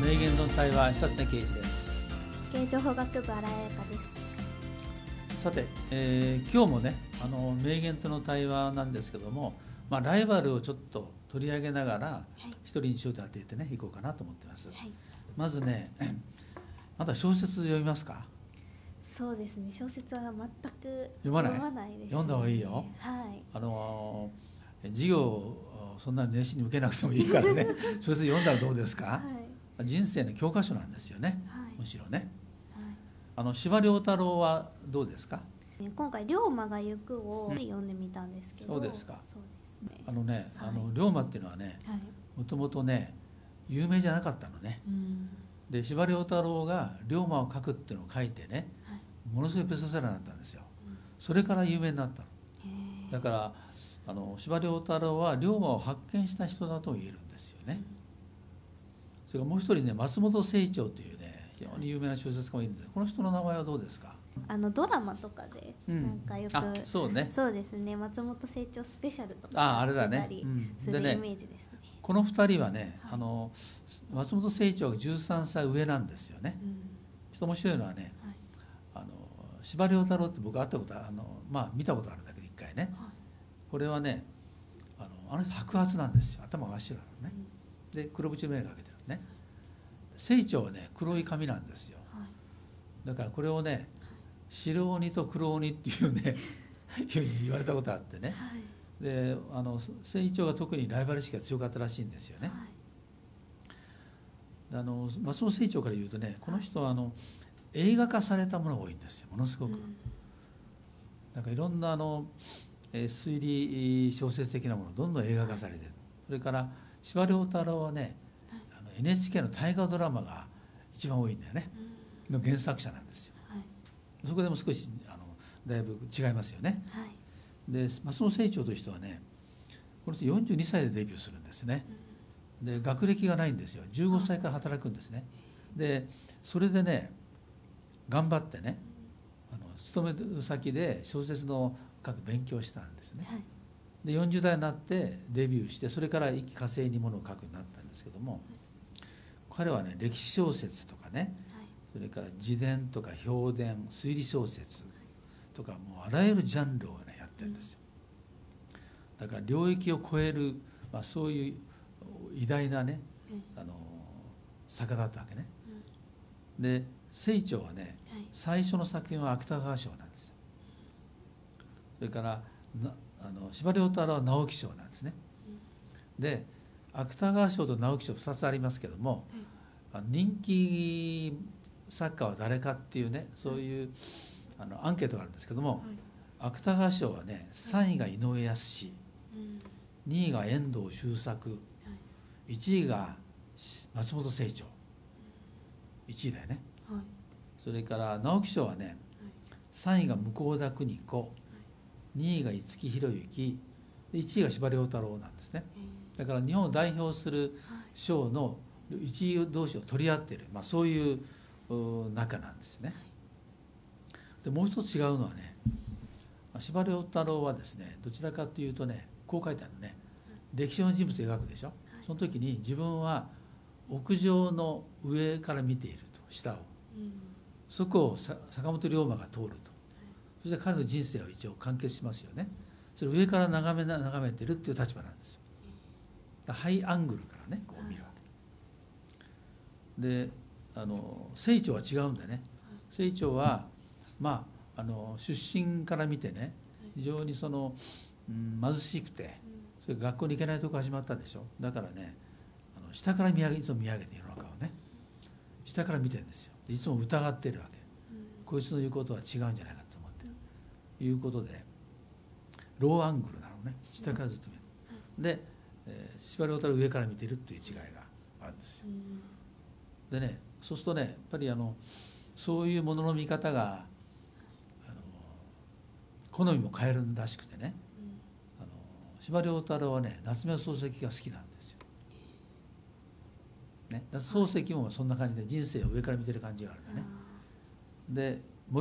名言の対話、久常圭一です。 経営情報学部新井彩香です。 さて、今日もね名言との対話なんですけども、ライバルをちょっと取り上げながら、一人に焦点を当ててねいこうかなと思ってます。まずね、あなた小説読みますか？ そうですね、小説は全く読まないです、ね、 読んだ方がいいよ。授業をそんなに熱心に受けなくてもいいからね小説読んだらどうですか？人生の教科書なんですよね、むしろね。司馬遼太郎はどうですか？ 今回龍馬が行くを読んでみたんですけど、 そうですか。 そうですね。 龍馬っていうのはね、もともとね有名じゃなかったのね。で司馬遼太郎が龍馬を書くっていうのを書いてね、ものすごいベストセラーになったんですよ。それから有名になったの。だから司馬遼太郎は龍馬を発見した人だと言えるんですよね。それからもう一人ね、松本清張というね非常に有名な小説家もいるんで、この人の名前はどうですか？ ドラマとかでなんかよく、 そうね、 そうですね、松本清張スペシャルとかあれだね、 するイメージですね。 この2人はね、松本清張が13歳上なんですよね。ちょっと面白いのはね、司馬遼太郎って僕会ったこと見たことあるんだけど一回ね、これはねあの人白髪なんですよ。頭が真っ白なのね、で黒縁眼鏡かけてるね。清張はね黒い髪なんですよ。だからこれをね白鬼と黒鬼っていうねふうに言われたことあってね、で清張が特にライバル意識が強かったらしいんですよね。松本清張から言うとね、この人は映画化されたものが多いんですよ、ものすごく。なんかいろんな推理小説的なものどんどん映画化されてる。それから司馬遼太郎はね、NHK の大河ドラマが一番多いんだよね、の原作者なんですよ。そこでも少しだいぶ違いますよね。で松本清張という人はね、この人42歳でデビューするんですね。で学歴がないんですよ。15歳から働くんですね。でそれでね頑張ってね勤める先で小説の書く勉強をしたんですね。で40代になってデビューして、それから一気呵成にものを書くようになったんですけども、彼はね歴史小説とかね、それから自伝とか評伝、推理小説とか、もうあらゆるジャンルをねやってるんですよ。だから領域を超える、そういう偉大なね作家だったわけね。で清張はね、最初の作品は芥川賞なんですよ。それから司馬遼太郎は直木賞なんですね。で芥川賞と直木賞2つありますけども、人気作家は誰かっていうね、そういうアンケートがあるんですけども、芥川賞はね3位が井上靖、2位が遠藤周作、1位が松本清張、1位だよね。それから直木賞はね、3位が向田邦子、2位が五木ひろゆき、1位が司馬遼太郎なんですね。だから日本を代表する賞の1位同士を取り合っている、そういう仲なんですね。でもう一つ違うのはね、司馬遼太郎はですね、どちらかというとね、こう書いてあるね、歴史の人物を描くでしょ。その時に自分は屋上の上から見ていると、下を、そこを坂本龍馬が通ると、そして彼の人生を一応完結しますよね。それを上から眺めてるっていう立場なんですよ。ハイアングルからねこう見るわけで、清張は違うんだね。清張は出身から見てね、非常に貧しくて、それ学校に行けないとこ始まったでしょ。だからね下からいつも見上げて世の中をね下から見てるんですよ。いつも疑ってるわけ。こいつの言うことは違うんじゃないかと思ってるということで、ローアングルなのね、下からずっと見る。で司馬遼太郎上から見てるっていう違いがあるんですよ。でね、そうするとねやっぱりそういうものの見方が好みも変えるらしくてね、司馬遼太郎はね夏目漱石が好きなんですよ。ね、漱石もそんな感じで人生を上から見てる感じがあるんだね。で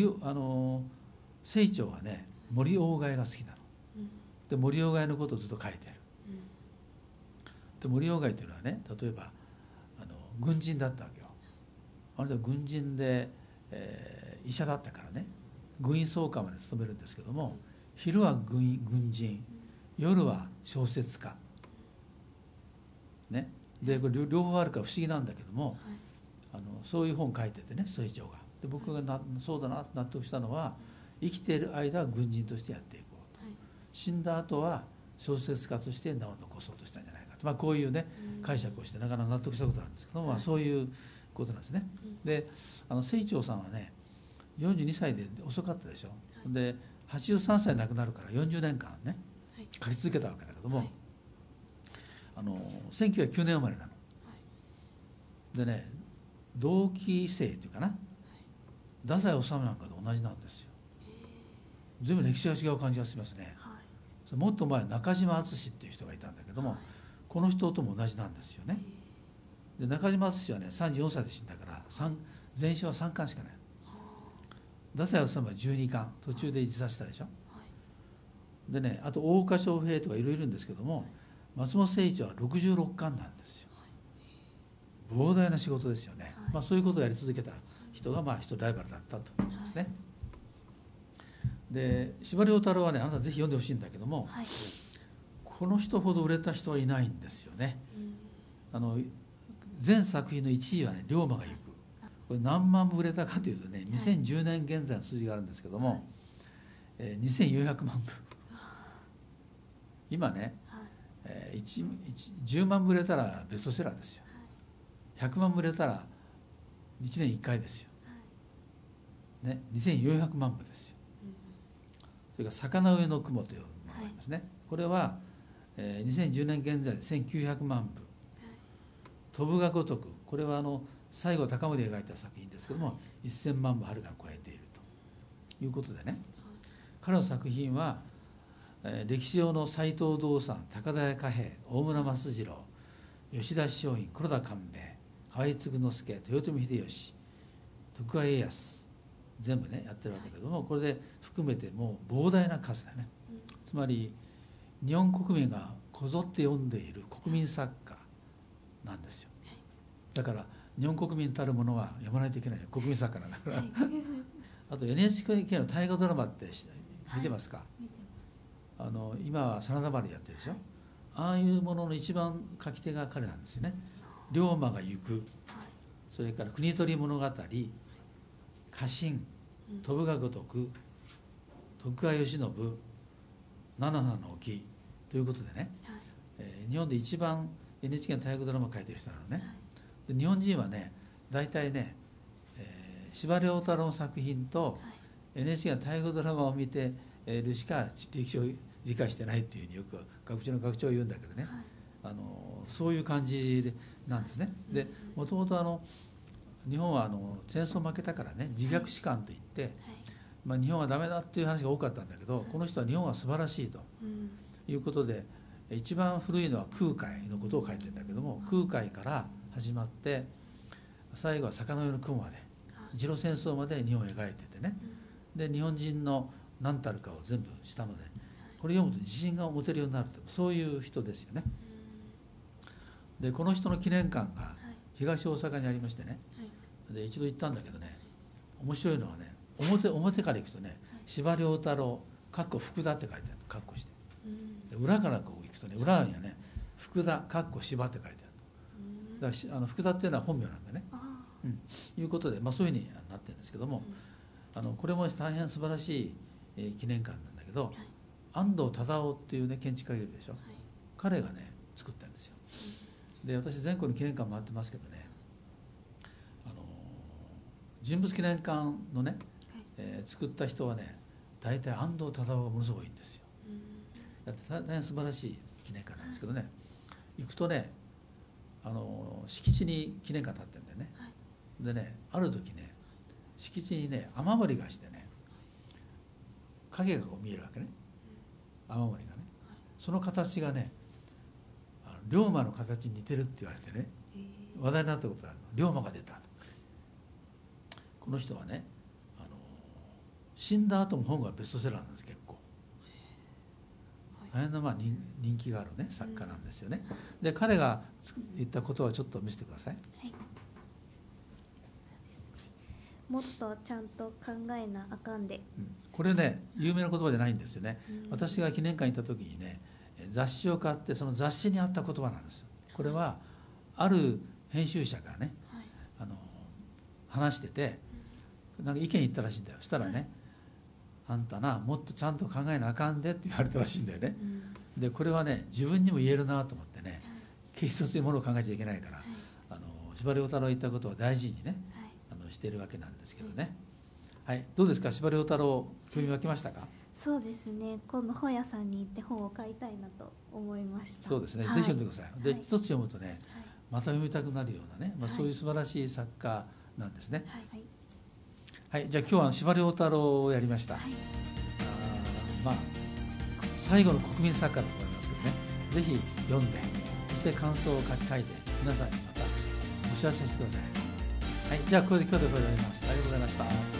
清張はね森鴎外が好きなの。で森鴎外のことをずっと書いてる。で森鴎外というのはね、例えば軍人だったわけよ。あの人は軍人で、医者だったからね、軍医総監まで務めるんですけども、昼は軍人、夜は小説家ね。でこれ両方あるから不思議なんだけども、そういう本を書いててね、清張が。で僕がそうだなと納得したのは、生きている間は軍人としてやっていこうと、死んだ後は小説家として名を残そうとしたんじゃないかと、こういうね解釈をしてなかなか納得したことなんですけども、そういうことなんですね。で清張さんはね42歳で遅かったでしょ。で83歳で亡くなるから40年間ね書き続けたわけだけども、1909年生まれなの。でね同期生というかな、太宰治なんかと同じなんですよ。随分歴史が違う感じがしますね。もっと前中島敦っていう人がいたんだけども、この人とも同じなんですよね。で中島敦はね34歳で死んだから前史は3巻しかない。太宰治は12巻途中で自殺したでしょ。でね、あと大岡昇平とかいろいろいるんですけども、松本清張は66巻なんですよ。膨大な仕事ですよね。そういうことをやり続けた人が一人ライバルだったと思いますね。で司馬遼太郎はね、あなたぜひ読んでほしいんだけども、この人ほど売れた人はいないんですよね。全作品の1位はね龍馬が行く。これ何万部売れたかというとね、2010年現在の数字があるんですけども、2400万部。今ね、10万部売れたらベストセラーですよ。100万部売れたら1年1回ですよ。ね、2400万部ですよ。それから魚上の雲というものがありますね。これは、2010年現在で1900万部。飛ぶが如く、これは西郷隆盛が描いた作品ですけども、1000万部はるかに超えているということでね、彼の作品は歴史上の斎藤道三、高田屋貨幣、大村益次郎、吉田松陰、黒田官兵衛、河合継之助、豊臣秀吉、徳川家康、全部ねやってるわけだけども、これで含めてもう膨大な数だね。つまり日本国民がこぞって読んでいる国民作家なんですよ。だから日本国民たるものは読まないといけないよ、国民作家なんだからあと NHK の大河ドラマって見てますか？今は真田丸やってるでしょ。ああいうものの一番書き手が彼なんですよね。龍馬が行く、それから国取物語、家臣、飛ぶが如く、徳川慶喜、菜の花の沖ということでね、日本で一番 NHK の大河ドラマを書いてる人なのね。で日本人はね大体ね、司馬遼太郎の作品と NHK の大河ドラマを見てるしか歴史を理解してないっていうふうによく学長の学長は言うんだけどね、そういう感じなんですね。でもともと日本は戦争負けたからね、自虐史観といって、日本はダメだっていう話が多かったんだけど、この人は日本は素晴らしいということで、一番古いのは空海のことを書いてるんだけども、空海から始まって最後は魚上の雲まで、日露戦争まで日本を描いててね、で日本人の何たるかを全部したので、これ読むと自信が持てるようになると、そういう人ですよね。でこの人の記念館が東大阪にありましてね、で一度行ったんだけどね、面白いのはね、表から行くとね、司馬遼太郎福田って書いてある、カッコして、で裏からこう行くとね、裏にはね福田司馬って書いてある。だから福田っていうのは本名なんだね、いうことで、そういうふうになってるんですけども、これも大変素晴らしい記念館なんだけど、安藤忠雄っていうね建築家がいるでしょ、彼がね作ったんですよ。で私全国の記念館回ってますけどね、人物記念館のね、作った人はね大体安藤忠雄がものすごいんですよ。だって大変素晴らしい記念館なんですけどね、行くとね敷地に記念館建ってるんだよね。でねある時ね敷地にね雨漏りがしてね影がこう見えるわけね、雨漏りがね。その形がね龍馬の形に似てるって言われてね話題になったことがあるの。龍馬が出たと。この人はね死んだ後も本がベストセラーなんです。結構大大変な人気があるね作家なんですよね。で彼が言ったことをちょっと見せてください。 はい、もっとちゃんと考えなあかんで、 これね有名な言葉じゃないんですよね。私が記念館に行った時にね雑誌を買って、その雑誌にあった言葉なんです。これはある編集者がね、話しててなんか意見言ったらしいんだよ。そしたらね、あんたなもっとちゃんと考えなあかんでって言われたらしいんだよね。でこれはね自分にも言えるなと思ってね、軽率にものを考えちゃいけないから、司馬遼太郎が言ったことを大事にね、しているわけなんですけどね。はい、どうですか、司馬遼太郎興味湧きましたか？ そうですね、今度本屋さんに行って本を買いたいなと思いました。 そうですね、ぜひ読んでください。で一つ読むとね、また読みたくなるようなね、そういう素晴らしい作家なんですね。はい、じゃあ今日は司馬遼太郎をやりました。最後の国民作家だと思いますけどね、ぜひ読んで、そして感想を書いて皆さんにまたお知らせしてください。はい、じゃあこれで今日で終わります。ありがとうございました。